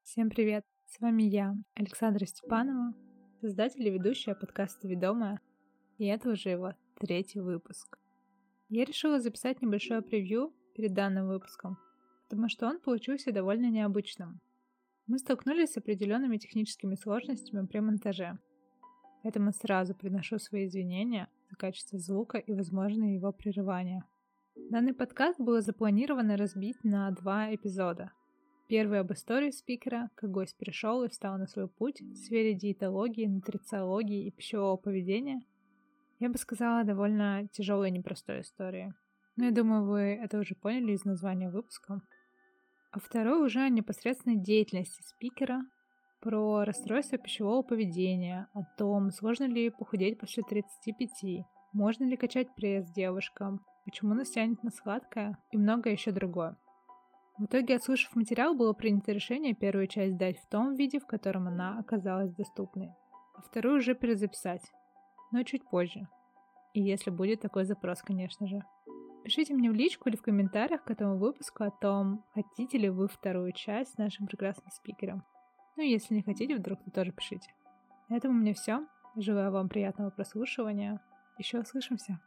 Всем привет! С вами я, Александра Степанова, создатель и ведущая подкаста «Ведомая», и это уже его 3-й выпуск. Я решила записать небольшое превью перед данным выпуском, потому что он получился довольно необычным. Мы столкнулись с определенными техническими сложностями при монтаже, поэтому сразу приношу свои извинения за качество звука и возможное его прерывание. Данный подкаст было запланировано разбить на 2 эпизода. Первый об истории спикера, как гость пришел и встал на свой путь в сфере диетологии, нутрициологии и пищевого поведения. Я бы сказала, довольно тяжелой и непростой истории. Но я думаю, вы это уже поняли из названия выпуска. А второй уже о непосредственной деятельности спикера, про расстройство пищевого поведения, о том, сложно ли похудеть после 35, можно ли качать пресс девушкам, почему нас тянет на сладкое и многое еще другое. В итоге, отслушав материал, было принято решение первую часть дать в том виде, в котором она оказалась доступной, а вторую уже перезаписать, но чуть позже. И если будет такой запрос, конечно же. Пишите мне в личку или в комментариях к этому выпуску о том, хотите ли вы вторую часть с нашим прекрасным спикером. Ну и если не хотите, вдруг, то тоже пишите. На этом у меня все. Желаю вам приятного прослушивания. Еще услышимся.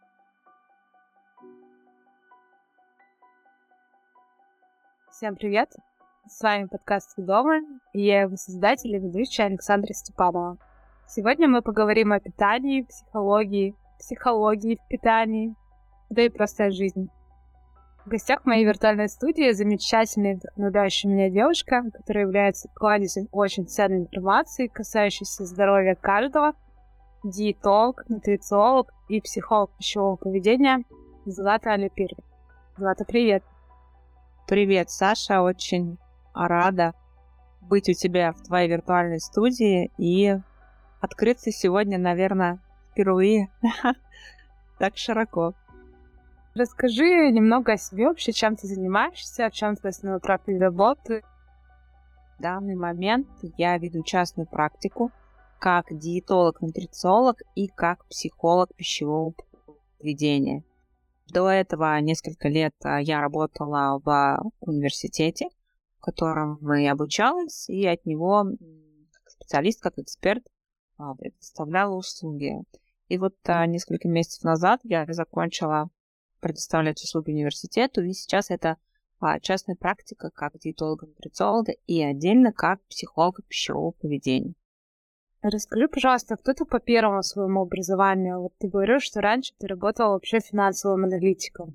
Всем привет! С вами подкаст «Ведомая», и я его создатель и ведущая Александра Степанова. Сегодня мы поговорим о питании, психологии в питании, да и просто о жизни. В гостях моей виртуальной студии замечательная, вдохновляющая меня девушка, которая является кладезем очень ценной информации, касающейся здоровья каждого, диетолог, нутрициолог и психолог пищевого поведения Злата Алипир. Злата, привет! Привет, Саша, очень рада быть у тебя в твоей виртуальной студии и открыться сегодня, наверное, впервые так широко. Расскажи немного о себе, вообще, чем ты занимаешься, в чем твой основной профиль работы. В данный момент я веду частную практику как диетолог-нутрициолог и как психолог пищевого поведения. До этого несколько лет я работала в университете, в котором я обучалась, и от него как специалист, как эксперт предоставляла услуги. И вот несколько месяцев назад я закончила предоставлять услуги университету, и сейчас это частная практика как диетолога-нутрициолога и отдельно как психолога пищевого поведения. Расскажи, пожалуйста, кто ты по первому своему образованию? Вот ты говорил, что раньше ты работала вообще финансовым аналитиком.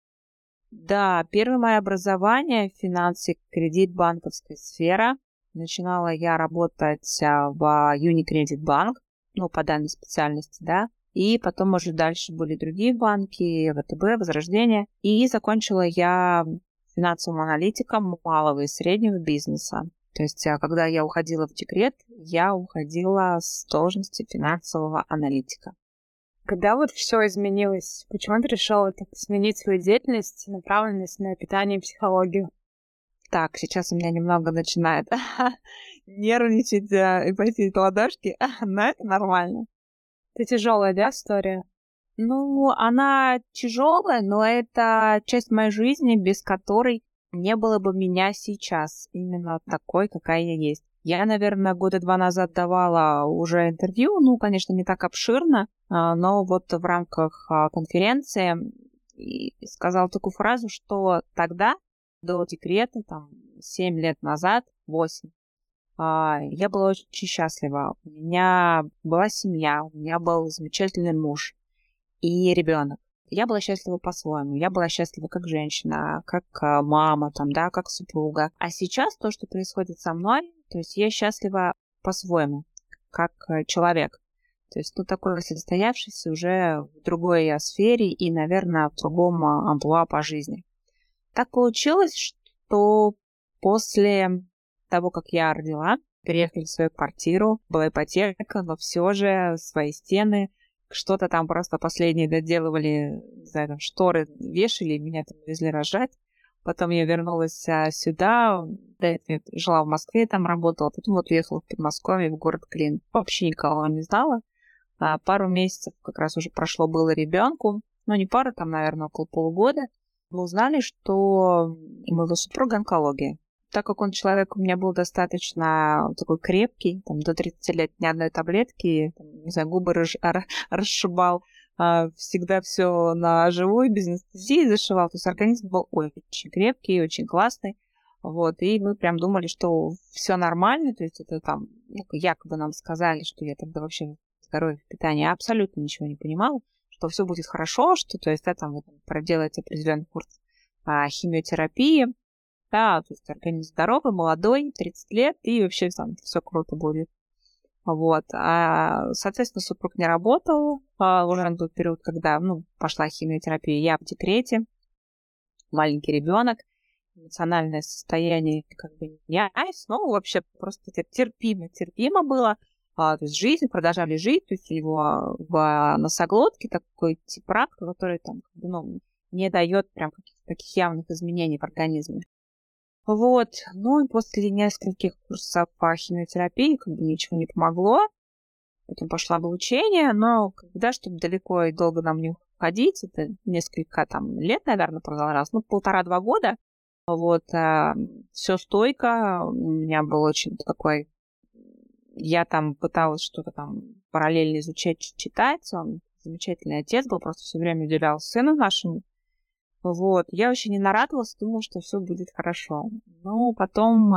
Да, первое мое образование — финансы, кредит, банковская сфера. Начинала я работать в Unicredit Bank, по данной специальности, да. И потом уже дальше были другие банки, ВТБ, Возрождение. И закончила я финансовым аналитиком малого и среднего бизнеса. То есть, когда я уходила в декрет, я уходила с должности финансового аналитика. Когда вот все изменилось, почему ты решила так сменить свою деятельность, направленность на питание и психологию? Так, сейчас у меня немного начинает нервничать и потеть ладошки, но это нормально. Это тяжелая, да, история? Она тяжелая, но это часть моей жизни, без которой не было бы меня сейчас, именно такой, какая я есть. Я, наверное, 2 года назад давала уже интервью, конечно, не так обширно, но вот в рамках конференции сказала такую фразу, что тогда, до декрета, 7 лет назад, 8, я была очень счастлива. У меня была семья, у меня был замечательный муж и ребенок. Я была счастлива по-своему. Я была счастлива как женщина, как мама, как супруга. А сейчас то, что происходит со мной, то есть я счастлива по-своему, как человек. То есть, такой состоявшийся уже в другой сфере и, наверное, в другом амплуа по жизни. Так получилось, что после того, как я родила, переехали в свою квартиру, была ипотека, но все же свои стены, что-то там просто последние доделывали, не знаю, там шторы вешали, меня там везли рожать. Потом я вернулась сюда, до этого я жила в Москве, там работала, потом вот уехала в Подмосковье, в город Клин. Вообще никого не знала. Пару месяцев как раз уже прошло было ребенку, не пару, наверное, около полугода. Мы узнали, что у моего супруга онкология. так как он человек у меня был достаточно такой крепкий, там, до 30 лет ни одной таблетки, там, не знаю, губы расшибал, всегда все на живой, без анестезии зашивал. То есть организм был очень крепкий, очень классный. Вот, и мы прям думали, что все нормально, то есть это там, якобы нам сказали, что я тогда вообще здоровье в питании абсолютно ничего не понимала, что все будет хорошо, что, то есть, да, там, вы проделаете определенный курс химиотерапии, да, то есть организм здоровый, молодой, 30 лет, и вообще там все круто будет. Вот. Соответственно, супруг не работал, уже на тот период, когда, пошла химиотерапия, я в декрете, маленький ребенок, эмоциональное состояние как бы не айс, но вообще просто терпимо было. То есть жизнь, продолжали жить, то есть его в носоглотке такой тип рака, который там, не дает прям каких-то таких явных изменений в организме. Вот, и после нескольких курсов по химиотерапии как бы ничего не помогло. Потом пошла обучение, но когда, чтобы далеко и долго нам не уходить, это несколько там лет, наверное, продолжалось, 1,5-2 года. Вот, все стойко, у меня был очень такой... Я там пыталась что-то там параллельно изучать, читать. Он замечательный отец был, просто все время уделял сыну нашему. Вот, я очень не нарадовалась, думала, что все будет хорошо. Но потом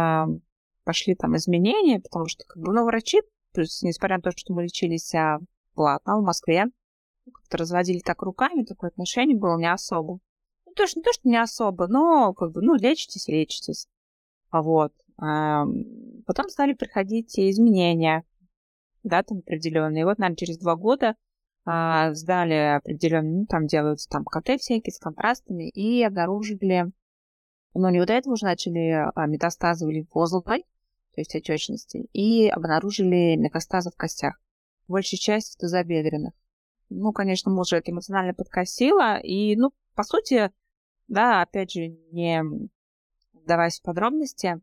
пошли там изменения, потому что врачи, то есть несмотря на то, что мы лечились платно в Москве, как-то разводили так руками, такое отношение было не особо. Не то, что не особо, но лечитесь. Вот. Потом стали приходить изменения, да, там определенные. И вот, наверное, через 2 года сдали определенные, там делаются там КТ всякие с контрастами, и обнаружили, не вот этого уже начали метастазы в лимфоузлах, то есть отечности, и обнаружили метастазы в костях. Большая часть тазобедренных. Конечно, мужа это эмоционально подкосило, и, по сути, да, опять же, не вдаваясь в подробности,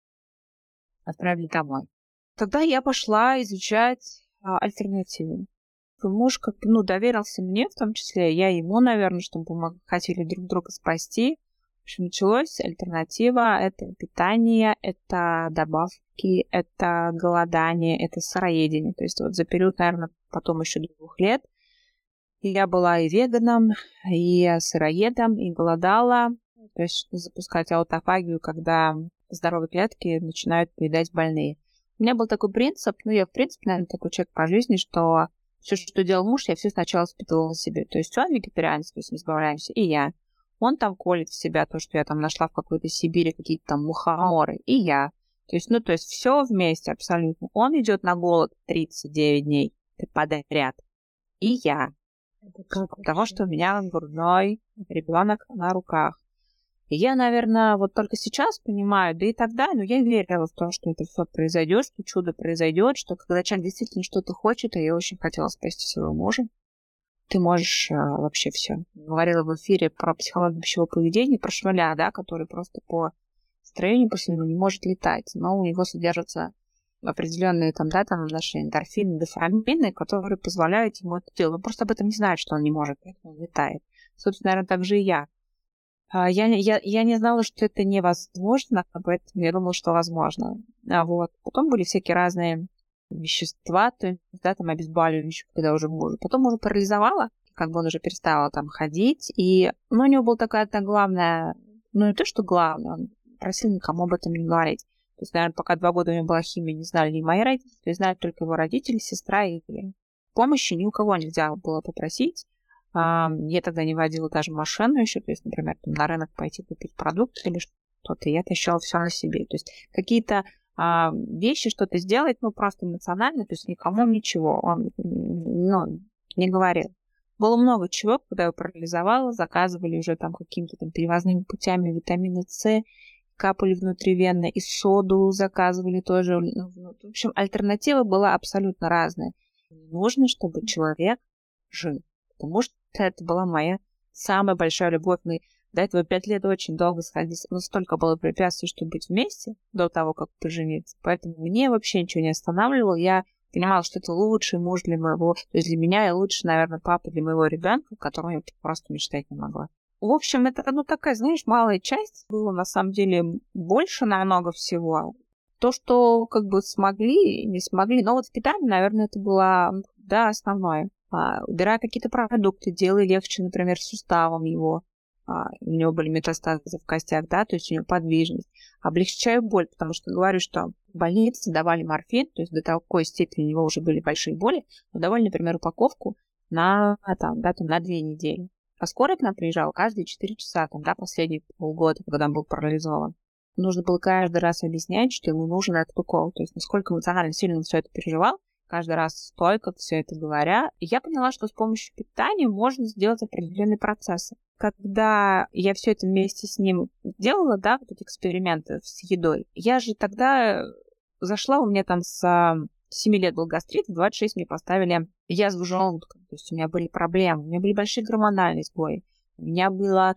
отправили домой. Тогда я пошла изучать альтернативы. Муж доверился мне, в том числе я ему, наверное, чтобы мы хотели друг друга спасти. В общем, началась альтернатива. Это питание, это добавки, это голодание, это сыроедение. То есть вот за период, наверное, потом еще 2 лет я была и веганом, и сыроедом, и голодала. То есть запускать аутофагию, когда здоровые клетки начинают поедать больные. У меня был такой принцип, я, в принципе, наверное, такой человек по жизни, что все, что делал муж, я все сначала испытывала на себе. То есть он вегетарианец, то есть мы избавляемся, и я. Он там колет в себя то, что я там нашла в какой-то Сибири, какие-то там мухоморы, и я. То есть все вместе абсолютно. Он идет на голод 39 дней подряд, и я. Потому что у меня грудной ребенок на руках. И я, наверное, вот только сейчас понимаю, да и тогда, я верила в то, что это все произойдет, что чудо произойдет, что когда человек действительно что-то хочет, и я очень хотела спасти своего мужа, ты можешь вообще все. Говорила в эфире про психологию пищевого поведения, про шмеля, да, который просто по строению по себе не может летать, но у него содержатся определенные там наши эндорфины, дофамины, которые позволяют ему это делать. Он просто об этом не знает, что он не может, поэтому он летает. Собственно, наверное, так же и я. Я не знала, что это невозможно, поэтому я думала, что возможно. Вот. Потом были всякие разные вещества, то есть, да, там обезболивающие, когда уже мужа. Потом уже парализовала, он уже перестал там ходить, и, у него была такая главная, не то, что главное, он просил никому об этом не говорить. То есть, наверное, пока 2 года у него была химия, не знали ни мои родители, знают только его родители, сестра, и помощи ни у кого нельзя было попросить. Я тогда не водила даже машину еще, то есть, например, на рынок пойти купить продукт или что-то, я тащила все на себе. То есть какие-то вещи, что-то сделать, просто эмоционально, то есть никому ничего, он не говорил. Было много чего, когда я парализовала, заказывали уже там какими-то перевозными путями витамины С, капали внутривенно, и соду заказывали тоже. В общем, альтернатива была абсолютно разная. Нужно, чтобы человек жил. Потому что это была моя самая большая любовь. Мы до этого 5 лет очень долго сходились. Столько было препятствий, чтобы быть вместе до того, как пожениться. Поэтому мне вообще ничего не останавливало. Я понимала, что это лучший муж для моего... То есть для меня и лучше, наверное, папа для моего ребенка, которого я просто мечтать не могла. В общем, это, такая, знаешь, малая часть. Было, на самом деле, больше намного всего. То, что как бы смогли, не смогли. Но вот в питании, наверное, это было, да, основное. Убирая какие-то продукты, делая легче, например, суставом его. У него были метастазы в костях, да, то есть у него подвижность. Облегчаю боль, потому что говорю, что в больнице давали морфин, то есть до такой степени у него уже были большие боли, но давали, например, упаковку на 2 недели. А скорая к нам приезжала каждые 4 часа, последние полгода, когда он был парализован. Нужно было каждый раз объяснять, что ему нужен этот укол. То есть насколько эмоционально сильно он все это переживал, каждый раз стойко все это говоря. И я поняла, что с помощью питания можно сделать определенные процессы. Когда я все это вместе с ним делала, да, вот эти эксперименты с едой, я же тогда зашла, у меня там с 7 лет был гастрит, в 26 мне поставили язву желудка. То есть у меня были проблемы, у меня были большие гормональные сбои, у меня была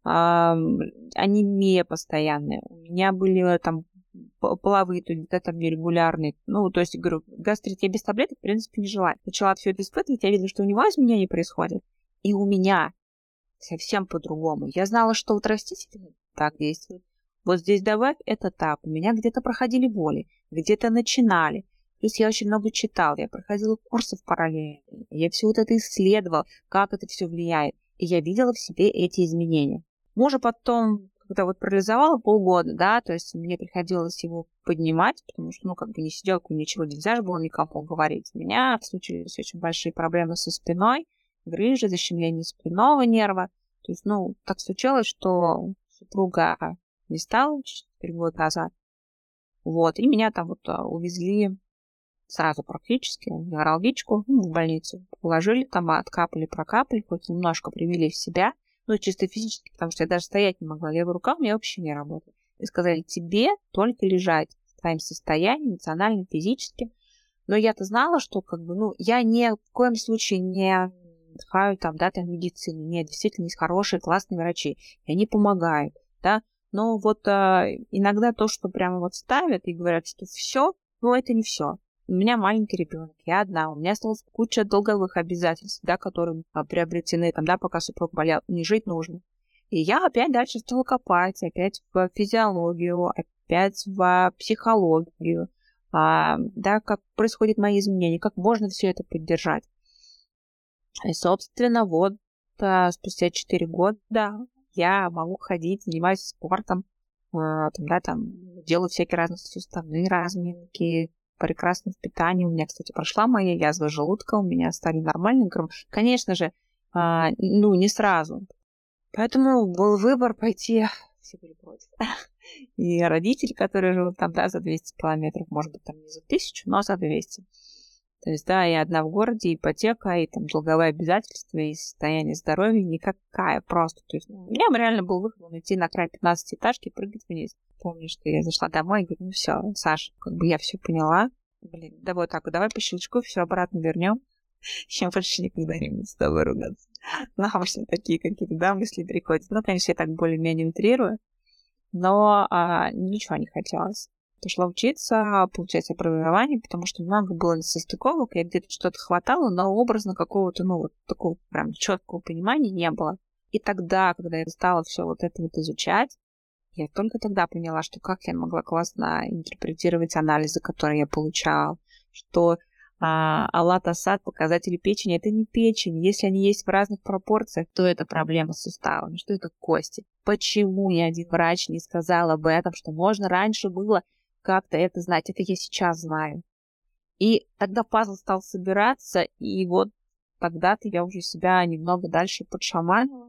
анемия постоянная, у меня были там половые, то есть это нерегулярные. То есть, говорю, гастрит я без таблеток, в принципе, не желаю. Начала все это испытывать, я видела, что у него изменения происходят. И у меня совсем по-другому. Я знала, что вот растительный так действует. Вот здесь добавь это так. У меня где-то проходили боли, где-то начинали. Плюс я очень много читала, я проходила курсы параллельно. Я все вот это исследовала, как это все влияет. И я видела в себе эти изменения. Мужа потом, когда вот парализовала полгода, да, то есть мне приходилось его поднимать, потому что, не сиделку, ничего нельзя же было никому говорить. У меня случились очень большие проблемы со спиной, грыжи, защемление спинного нерва. То есть, так случилось, что супруга не стала 4 года назад. Вот, и меня там увезли сразу практически в неврологичку, в больницу. Положили там, откапали, прокапали, хоть немножко привели в себя, чисто физически, потому что я даже стоять не могла. Левая рука у меня вообще не работала. И сказали, тебе только лежать в твоем состоянии, эмоциональном, физическим. Но я-то знала, что я ни в коем случае не пхаю там медицину. Нет, действительно есть хорошие, классные врачи. И они помогают, да. Но иногда то, что прямо ставят и говорят, что все, это не все. У меня маленький ребенок, я одна, у меня осталась куча долговых обязательств, да, которые приобретены, пока супруг болел, не жить нужно. И я опять дальше стала копать, опять в физиологию, опять в психологию, как происходят мои изменения, как можно все это поддержать. И, собственно, спустя 4 года я могу ходить, занимаюсь спортом, делаю всякие разные суставные разминки, прекрасно в питании. У меня, кстати, прошла моя язва желудка, у меня стали нормальные гормоны. Конечно же, не сразу. Поэтому был выбор пойти, все были против. И родители, которые живут за 200 километров, может быть, не за 1000, но за 200. То есть, да, я одна в городе, ипотека, и долговые обязательства, и состояние здоровья никакая просто. То есть, у меня реально был выход идти на край 15-этажки и прыгать вниз. Помню, что я зашла домой и говорю, все, Саша, я все поняла. Давай по щелчку все обратно вернем. Я больше никогда не буду с тобой ругаться. Обычно такие какие-то, мысли приходят. Конечно, я так более-менее утрирую, но ничего не хотелось. Пошла учиться, получать образование, потому что много было несостыковок, я где-то что-то хватало, но образно какого-то, такого прям четкого понимания не было. И тогда, когда я стала все это изучать, я только тогда поняла, что как я могла классно интерпретировать анализы, которые я получала, что алат-асад, показатели печени, это не печень. Если они есть в разных пропорциях, то это проблема с суставами, что это кости. Почему ни один врач не сказал об этом, что можно раньше было как-то это знать? Это я сейчас знаю. И тогда пазл стал собираться, и тогда-то я уже себя немного дальше подшаманила.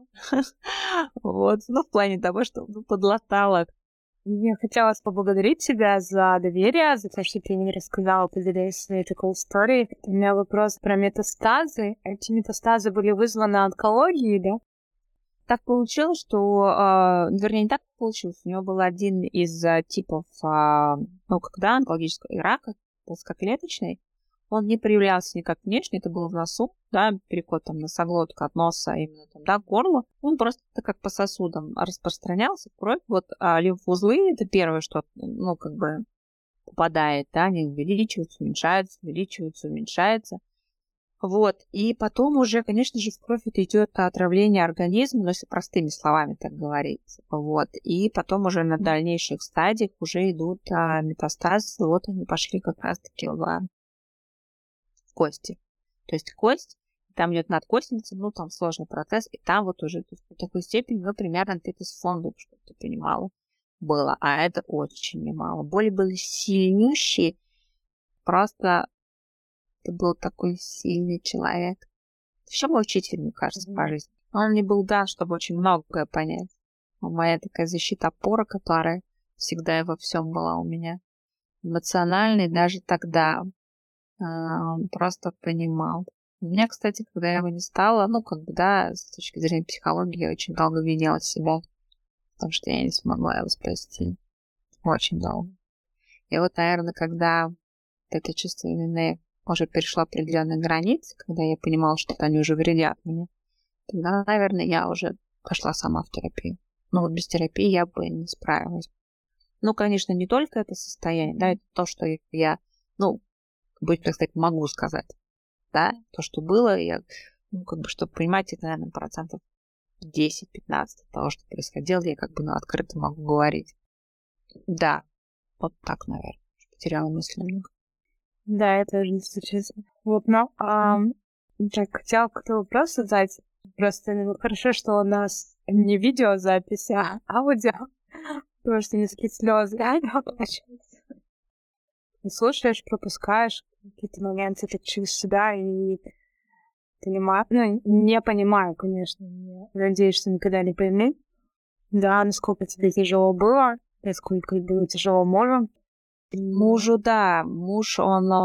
В плане того, что подлатала. Я хотела поблагодарить тебя за доверие, за то, что ты мне рассказала, поделилась своей такой историей. У меня вопрос про метастазы. Эти метастазы были вызваны онкологией, да? Так получилось, что... вернее, не так получилось. У него был один из типов, онкологического рака, плоскоклеточный. Он не проявлялся никак внешне, это было в носу, да, переход носоглотка от носа именно к горлу. Он просто как по сосудам распространялся, кровь. Лимфоузлы — это первое, что, попадает, да, они увеличиваются, уменьшаются, увеличиваются, уменьшаются. Вот. И потом уже, конечно же, в кровь это идет отравление организма, но если простыми словами так говорить. Вот. И потом уже на дальнейших стадиях уже идут метастазы. Вот они пошли как раз-таки в кости. То есть кость, там идет надкостница, там сложный процесс, и там вот уже в такой степени, примерно 30 фондов, чтобы ты понимала, было. А это очень немало. Боли были сильнющие. Просто это был такой сильный человек. Еще мой учитель, мне кажется, по жизни. Он мне был дан, чтобы очень многое понять. Моя такая защита, опора, которая всегда и во всем была у меня. Эмоциональный даже тогда. Он просто понимал. У меня, кстати, когда я его не стала, с точки зрения психологии, я очень долго винила себя, потому что я не смогла его спасти. Очень долго. И вот, наверное, когда это чувство вины уже перешло определенные границы, когда я понимала, что они уже вредят мне, тогда, наверное, я уже пошла сама в терапию. Без терапии я бы не справилась. Конечно, не только это состояние, да, это то, что я, так сказать, могу сказать, да, то, что было, я, чтобы понимать, это, наверное, 10-15% от того, что происходило, я открыто могу говорить. Да, вот так, наверное, потеряла мысль немного. Да, это тоже, если честно. Так, хотела какой-то вопрос задать. Просто хорошо, что у нас не видеозапись, а аудио. Потому что несколько слез реально получается. Ты слушаешь, пропускаешь какие-то моменты так через себя и понимаю. Не понимаю, конечно. Надеюсь, что никогда не пойми. Да, насколько тебе тяжело было, насколько было тяжело мужу. Мужу, да. Муж,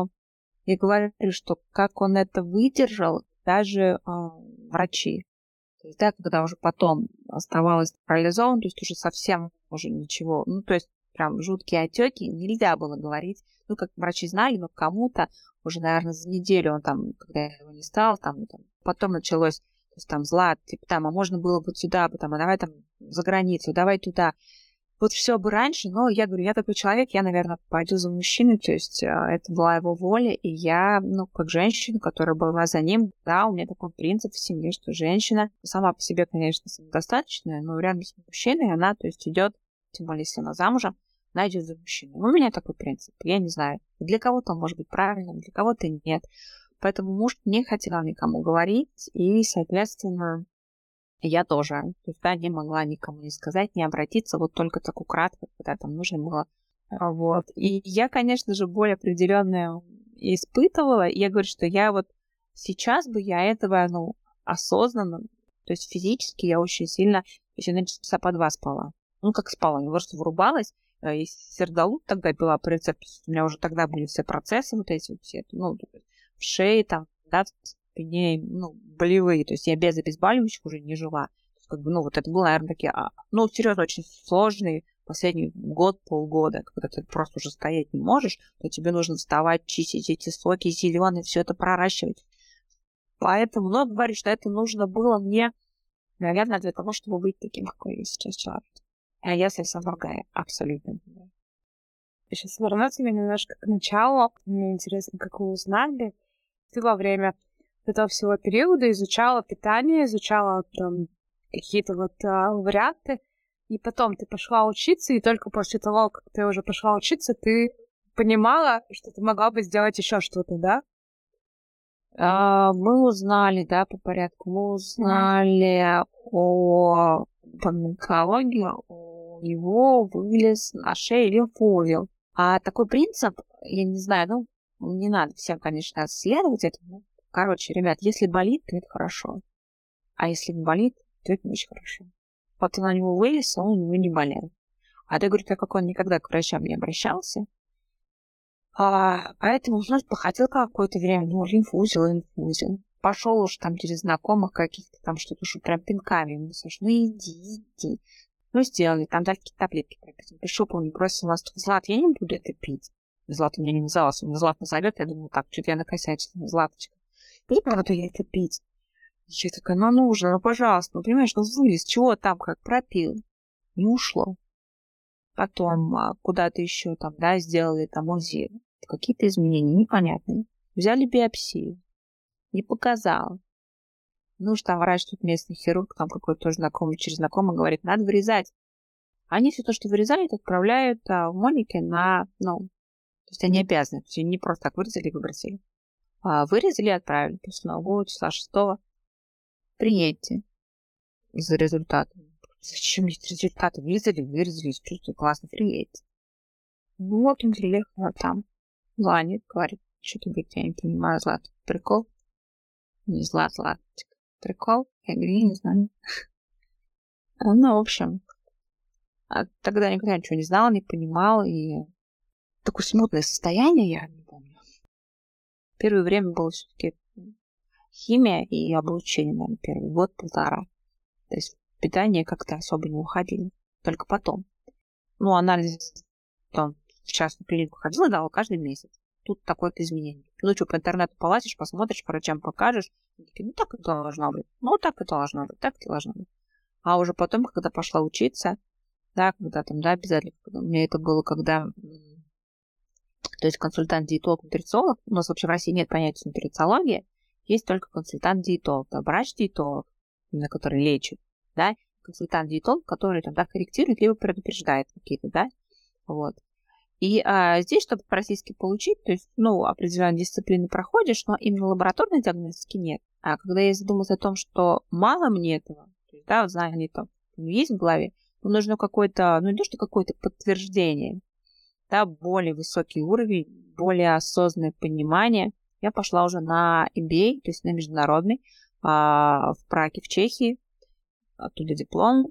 я говорю, что как он это выдержал, даже врачи. То есть, да, когда уже потом оставалось парализован, то есть уже совсем уже ничего. То есть прям жуткие отеки, нельзя было говорить. Как врачи знали, но кому-то уже, наверное, за неделю он когда я его не стал, потом началось, то есть зла, а можно было вот сюда, а давай за границу, давай туда. Вот все бы раньше, но я говорю, я такой человек, я, наверное, пойду за мужчиной, то есть это была его воля, и я, как женщина, которая была за ним, да, у меня такой принцип в семье, что женщина сама по себе, конечно, самодостаточная, но рядом с мужчиной она, то есть идет, тем более, если она замужем, она идет за мужчиной. У меня такой принцип, я не знаю, для кого-то он может быть правильным, для кого-то нет. Поэтому муж не хотел никому говорить, и, соответственно, я тоже. То есть, да, не могла никому не сказать, не обратиться, вот только так украдко, когда нужно было. Вот. И я, конечно же, боль определенную испытывала. И я говорю, что я вот сейчас бы я этого, осознанно, то есть физически я очень сильно, еще на часа по 2 спала. Как спала, не просто вырубалась. И сердолуд тогда пила по рецепту. У меня уже тогда были все процессы вот эти вот все, в шее да, спине, болевые. То есть я без обезболивающих уже не жила. То есть, вот это было, наверное, такие, серьезно, очень сложные последний год, полгода, когда ты просто уже стоять не можешь, то тебе нужно вставать, чистить эти соки зеленые, все это проращивать. Поэтому много говорит, что это нужно было мне, наверное, для того, чтобы быть таким, какой я сейчас человек. А я совсем другая, абсолютно. Сейчас вернуться немножко к началу. Мне интересно, как вы узнали. Ты во время этого всего периода изучала питание, изучала какие-то варианты, и потом ты пошла учиться, и только после того, как ты уже пошла учиться, ты понимала, что ты могла бы сделать еще что-то, да? Мы узнали, да, по порядку, мы узнали о онкологии, у него вылез на шее лимфоузел. А такой принцип, я не знаю, не надо всем, конечно, исследовать это. Короче, ребят, если болит, то это хорошо. А если не болит, то это не очень хорошо. Вот он на него вылез, а он у него не болел. А ты говоришь, так как он никогда к врачам не обращался, поэтому, походил какое-то время, лимфоузел. Пошел уж через знакомых каких-то что-то, что прям пинками ему, иди. Сделали, дали какие-то таблетки пропить. Пришел, помню, бросил Злат, я не буду это пить. Злат у меня не назывался, он Злат назовет, я думаю, так, что-то я накосячила, Златочка. Не буду я это пить. Я такая, нужно, пожалуйста, понимаешь, вылез, чего там, как пропил. Не ушло. Потом куда-то еще сделали УЗИ. Какие-то изменения непонятные. Взяли биопсию. не показала. Ну, что там врач, тут местный хирург, там какой-то тоже знакомый, через знакомый говорит, надо вырезать. Они все то, что вырезают, отправляют в Монике на, то есть они обязаны, то есть они не просто так вырезали и выбросили. Вырезали и отправили. То есть числа 6 приедьте за результатом. Зачем мне эти результаты? Вырезали, чувствую, классно, приедьте. Ну, вот он приехал там. Звонит, говорит, что-то говорит, я не понимаю, Злат, прикол? Не Злат, прикол? Я говорю, я не знаю. Ну, в общем, тогда я никогда ничего не знала, не понимала, и такое смутное состояние, я не помню. Первое время было все-таки химия и облучение, наверное, первый год-полтора. То есть питание как-то особо не уходило. Только потом. Ну, анализ там в частную клинику ходила, давала каждый месяц. Тут такое-то изменение. Ну, что, по интернету полазишь, посмотришь, врачам покажешь. Они такие, ну, так и должно быть. Ну, так и должно быть, так и должно быть. А уже потом, когда пошла учиться, да, когда там, да, обязательно, у меня это было, когда, то есть консультант-диетолог, нутрициолог, у нас вообще в России нет понятия нутрициология, есть только консультант-диетолог, да, врач-диетолог, именно который лечит, да, консультант-диетолог, который там, да, корректирует, либо предупреждает какие-то, да, вот. И здесь, чтобы по-российски получить, то есть, определенные дисциплины проходишь, но именно лабораторной диагностики нет. А когда я задумалась о том, что мало мне этого, то есть, да, знания там есть в голове, но нужно какое-то, не то, что какое-то подтверждение, да, более высокий уровень, более осознанное понимание. Я пошла уже на MBA, то есть на международный, в Праге, в Чехии, оттуда диплом,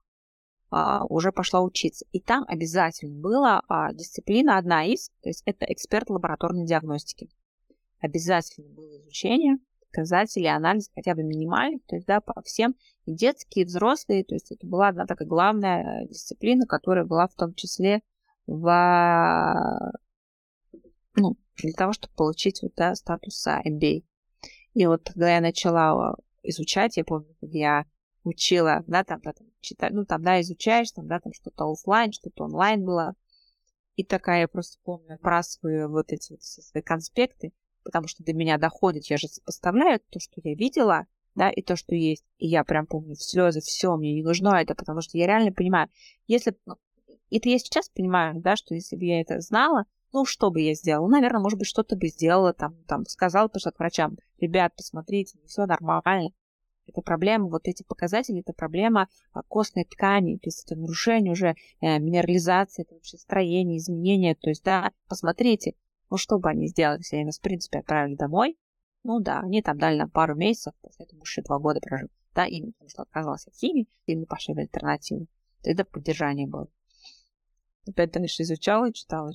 уже пошла учиться. И там обязательно была дисциплина одна из, то есть это эксперт лабораторной диагностики. Обязательно было изучение, показатели, анализ хотя бы минимальный, то есть, да, по всем, и детские, и взрослые, то есть это была одна такая главная дисциплина, которая была в том числе для того, чтобы получить статус MBA. И вот когда я начала изучать, я помню, когда я учила, читать, изучаешь, там что-то офлайн, что-то онлайн было. И такая, я просто помню, отбрасываю вот эти все свои конспекты, потому что до меня доходит, я же сопоставляю то, что я видела, да, и то, что есть. И я прям помню, слезы, все, мне не нужно это, потому что я реально понимаю, если... Это я сейчас понимаю, да, что если бы я это знала, что бы я сделала? Наверное, может быть, что-то бы сделала, сказала, пошла к врачам, ребят, посмотрите, все нормально. Это проблема, вот эти показатели, это проблема костной ткани, то есть это нарушение уже минерализации, это вообще строение, изменения, то есть, да, посмотрите, что бы они сделали, если они нас, в принципе, отправили домой, они там дали нам пару месяцев, после этого еще 2 года прожил, да, именно потому что отказалась от химии, и мы пошли в альтернативу, это поддержание было. Опять дальше изучала, читала,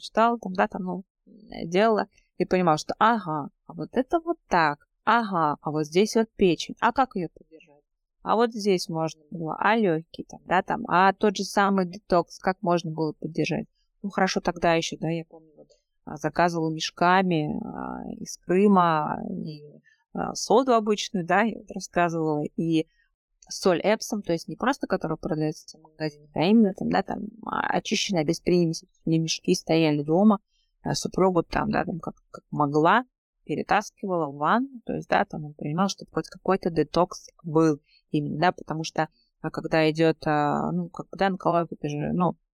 делала, и понимала, что ага, а вот это вот так, ага, а вот здесь вот печень. А как ее поддержать? А вот здесь можно было. А легкие а тот же самый детокс, как можно было поддержать? Хорошо, тогда еще, да, я помню, заказывала мешками из Крыма и соду обычную, да, я рассказывала, и соль Эпсом, то есть не просто, которая продается в магазине, а именно очищенная без примеси. Мне мешки стояли дома, супругу как могла, перетаскивала в ванну, то есть, он понимал, что хоть какой-то детокс был именно, да, потому что когда идет, онкология, это же,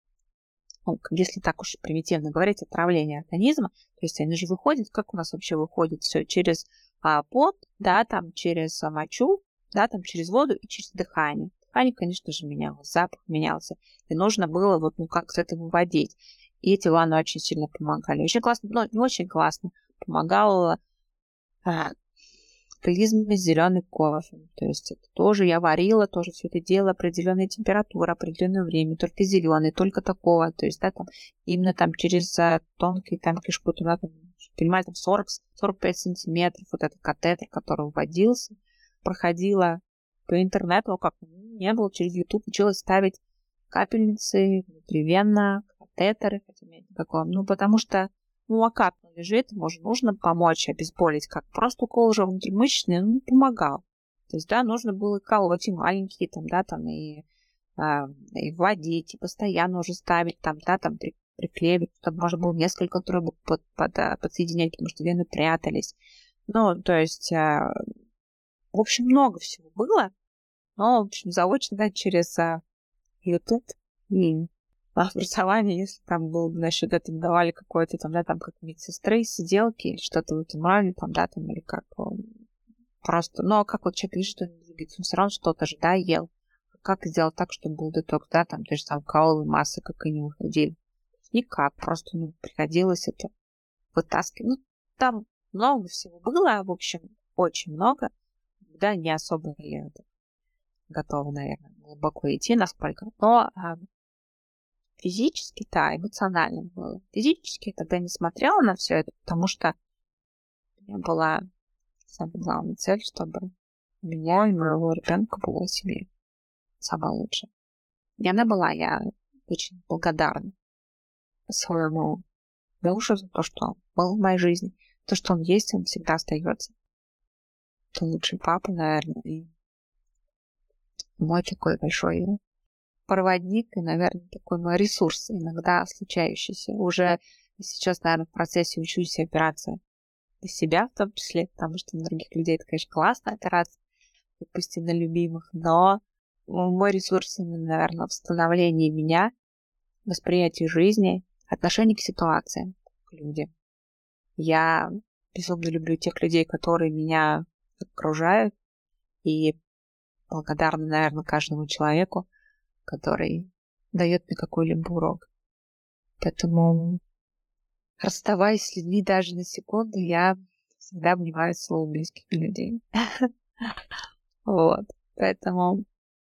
если так уж примитивно говорить, отравление организма, то есть они же выходят, как у нас вообще выходит все через пот, да, через мочу, да, через воду и через дыхание. Дыхание, конечно же, менялось, запах менялся, и нужно было как с этого выводить. И эти ванны очень сильно помогали. Очень классно, не очень классно, помогала клизма с зеленый кофе. То есть это тоже я варила, тоже все это делала, определенная температура, определенное время, только зеленый, только такого. То есть, именно через тонкий кишку, понимаете, 40-45 сантиметров вот этот катетер, который вводился, проходила по интернету, как не было, через YouTube училась ставить капельницы, внутривенно, катетеры, хотя нет никакого, потому что а как он лежит, нужно помочь, обезболить, как просто укол уже внутримышечный, помогал. То есть, да, нужно было колоть и маленькие, и вводить, и постоянно уже ставить, приклеивать, чтобы можно было несколько трубок подсоединять, потому что вены прятались. Ну, то есть, в общем, много всего было. Но, в общем, заочно, да, через YouTube и образование, если там было, значит, это давали какое-то там, да, там, как медсестры, сиделки или что-то в этом роде, там, да, там, или как просто, ну, а как вот человек видит, что не двигается, он все равно что-то же, да, ел. Как сделать так, чтобы был детокс, да, там, то есть там каловые массы, как и не выходили. Никак, просто, ну, приходилось это вытаскивать. Ну, там много всего было, в общем, очень много. Да, не особо я готова, наверное, глубоко идти, насколько. Но физически, да, эмоционально было. Физически я тогда не смотрела на все это, потому что у меня была самая главная цель, чтобы у меня и моего ребенка было себе самое лучшее. И она была, я очень благодарна своему мужу за то, что он был в моей жизни. То, что он есть, он всегда остается. Это лучший папа, наверное, и мой такой большой проводник, и, наверное, такой мой ресурс, иногда случающийся. Уже сейчас, наверное, в процессе учусь опираться на себя в том числе, потому что на других людей это, конечно, классно опираться, допустим, на любимых, но мой ресурс, именно, наверное, в становлении меня, восприятии жизни, отношении к ситуациям, к людям. Я безумно люблю тех людей, которые меня окружают, и благодарна, наверное, каждому человеку, который дает мне какой-либо урок. Поэтому, расставаясь с людьми даже на секунду, я всегда обнимаю слово близких людей. Вот. Поэтому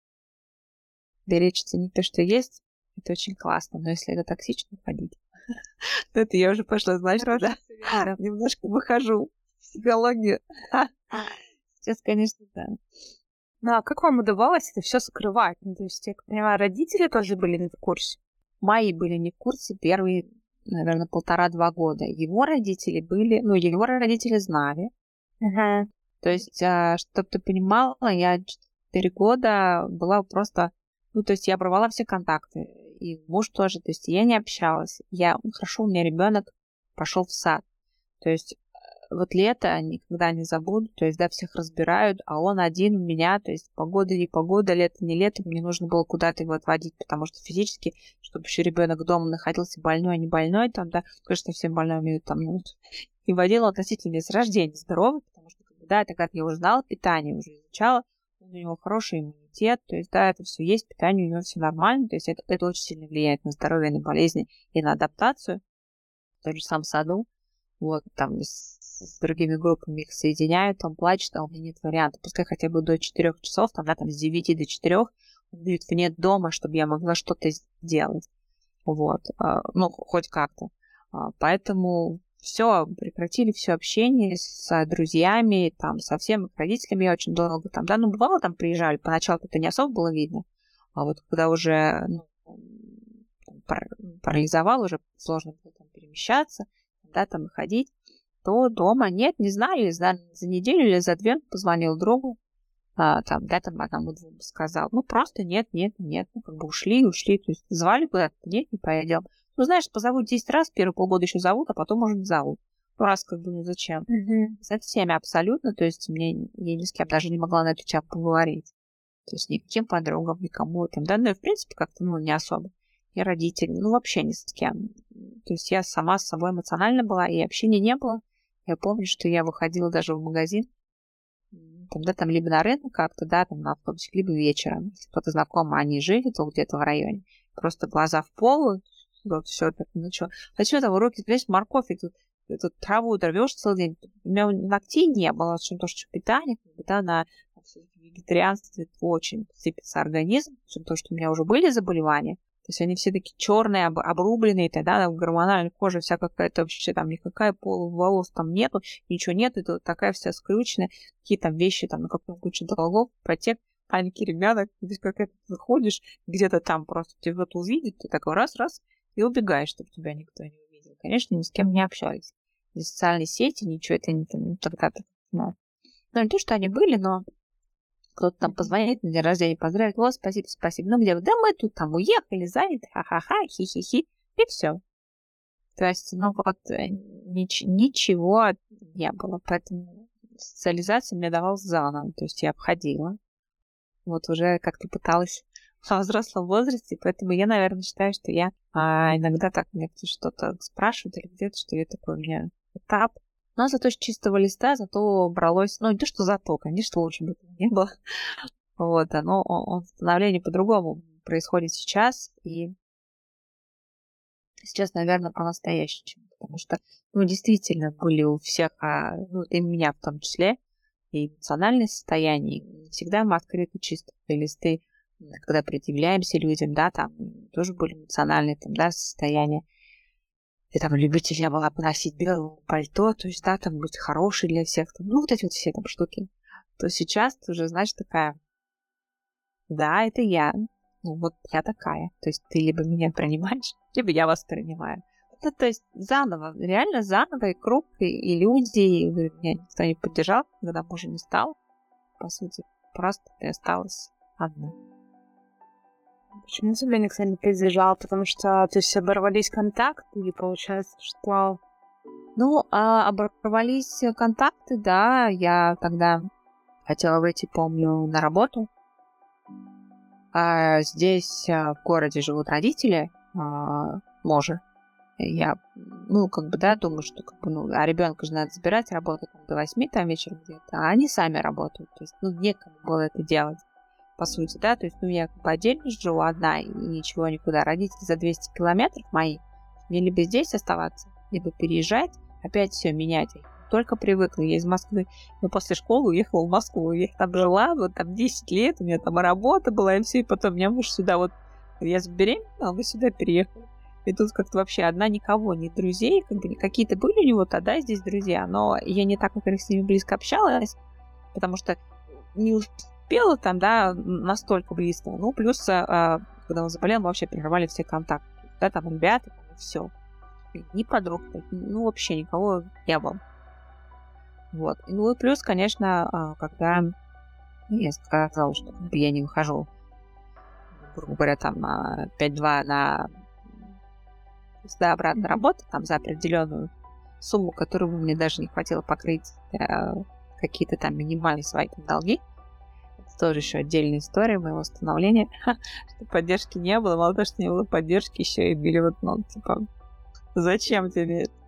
беречь, ценить то, что есть, это очень классно. Но если это токсично, уходить. То это я уже пошла, знаешь, да? Немножко выхожу в психологию. Сейчас, конечно, да. Ну, а как вам удавалось это все скрывать? Ну, то есть, я так понимаю, родители тоже были не в курсе? Мои были не в курсе первые, наверное, 1,5-2 года. Его родители были, ну, его родители знали. То есть, чтобы ты понимала, я 4 года была просто, ну, то есть я обрывала все контакты. И муж тоже, то есть я не общалась. Хорошо, у меня ребенок пошел в сад. То есть вот лето никогда не забуду, то есть, да, всех разбирают, а он один у меня, то есть погода не погода, лето не лето, мне нужно было куда-то его отводить, потому что физически, чтобы еще ребенок дома находился больной, а не больной, там, да, конечно, всем больной имеют там, ну, и водила относительно с рождения здоровый, потому что, да, это как я уже знала питание, уже изучала, у него хороший иммунитет, то есть, да, это все есть, питание у него все нормально, то есть это очень сильно влияет на здоровье, на болезни и на адаптацию, в том же самом саду. Вот, там с другими группами их соединяют, он плачет, а у меня нет варианта. Пускай хотя бы до 4 часов, там, да, там с 9 до 4 он будет вне дома, чтобы я могла что-то сделать. Вот, ну, хоть как-то. Поэтому все, прекратили все общение с друзьями, там, со всеми родителями я очень долго там, да, ну, бывало, там приезжали, поначалу это не особо было видно, а вот когда уже, ну, парализовал, уже сложно было там перемещаться, да, там ходить, то дома нет, не знаю, за неделю или за 2 позвонил другу, там, да, там одному двум сказал, ну, просто нет, ну, как бы ушли, то есть звали куда-то, нет, не поедем. Ну, знаешь, позовут 10 раз, первые полгода еще зовут, а потом уже не зовут. Ну, раз как бы, ну, зачем? Со всеми абсолютно, то есть я ни с кем даже не могла на эту тему поговорить. То есть ни к тем подругам, никому там, да, ну, и в принципе как-то, ну, не особо. И родители, ну, вообще ни с кем. То есть я сама с собой эмоционально была, и общения не было. Я помню, что я выходила даже в магазин, там, да, там либо на рынок как-то, да, там на автобусе, либо вечером. Если кто-то знакомый, они жили то где-то в районе. Просто глаза в пол, вот все так, ну что. Зачем там руки, понимаешь, морковь, и тут траву дорвешь целый день. У меня ногтей не было, чем то, что питание, как бы, да, на вегетарианстве очень сыпется организм, чем то, что у меня уже были заболевания. То есть они все такие черные, обрубленные, тогда гормональная кожа вся какая-то вообще, там никакая волос там нету, ничего нет, это такая вся скрюченная, какие там вещи, там на какую кучу долгов, протек, маленький ребенок, здесь как-то заходишь, где-то там просто тебя кто-то увидит, ты такой раз, и убегаешь, чтобы тебя никто не увидел. Конечно, ни с кем не общались. Здесь социальные сети, ничего это не тогда-то, ну, не то, что они были, но кто-то там позвонит на день рождения, поздравит, о, спасибо. Ну, где вы? Да мы тут там уехали, заняты, ха-ха-ха, хи-хи-хи, и все. То есть, ну, вот, ничего не было, поэтому социализация мне давалась заново, то есть я обходила. Вот уже как-то пыталась во взрослом возрасте, поэтому я, наверное, считаю, что я иногда так мне что-то спрашивают или где-то, что я такой у меня этап. Но зато с чистого листа, зато бралось, ну, не то, что зато, конечно, лучше бы этого не было. Вот, становление по-другому происходит сейчас, и сейчас, наверное, по-настоящему, потому что, ну, действительно, были у всех, ну, и меня в том числе, и эмоциональное состояние. Не всегда мы открыты чистые листы, когда предъявляемся людям, да, там тоже были эмоциональные там, да, состояния. И там любитель я была поносить белое пальто, то есть, да, там быть хорошей для всех, там, ну, вот эти вот все там штуки. То сейчас ты уже, знаешь, такая, да, это я, ну, вот я такая. То есть ты либо меня принимаешь, либо я вас принимаю. Ну, то есть заново, реально заново, и круг, и люди, и меня никто не поддержал, когда мужа не стал. По сути, просто ты осталась одна. Почему тебя никто не поддержал? Потому что, то есть, оборвались контакты, и получается, что... Ну, оборвались контакты, да, я тогда хотела выйти, помню, на работу. Здесь в городе живут родители мужа. Я, ну, как бы, да, думаю, что, как бы, ну, а ребенка же надо забирать, работать до 8 там вечером где-то, а они сами работают. То есть, ну, некому было это делать, по сути, да. То есть, ну, я как бы отдельно живу одна, и ничего никуда. Родители за 200 километров мои. Мне либо здесь оставаться, либо переезжать, опять все менять. Только привыкла. Я из Москвы, ну, после школы уехала в Москву. Я там жила, вот там 10 лет, у меня там работа была, и все, и потом меня муж сюда вот, я забеременела, мы сюда переехали. И тут как-то вообще одна никого, ни друзей, как бы какие-то были у него тогда здесь друзья, но я не так, во-первых, с ними близко общалась, потому что не успела там, да, настолько близко. Ну, плюс, когда он заболел, мы вообще прервали все контакты. Да, там ребята, там, все. Ни подруг, ну, вообще никого не было. Вот. Ну, и плюс, конечно, когда я сказала, что я не выхожу, грубо говоря, там 5-2 на обратно работу, там за определенную сумму, которую мне даже не хватило покрыть какие-то там минимальные свои там долги. Это тоже еще отдельная история моего становления. Что поддержки не было, мало того, что не было поддержки, еще и били вот, ну, типа, зачем тебе это?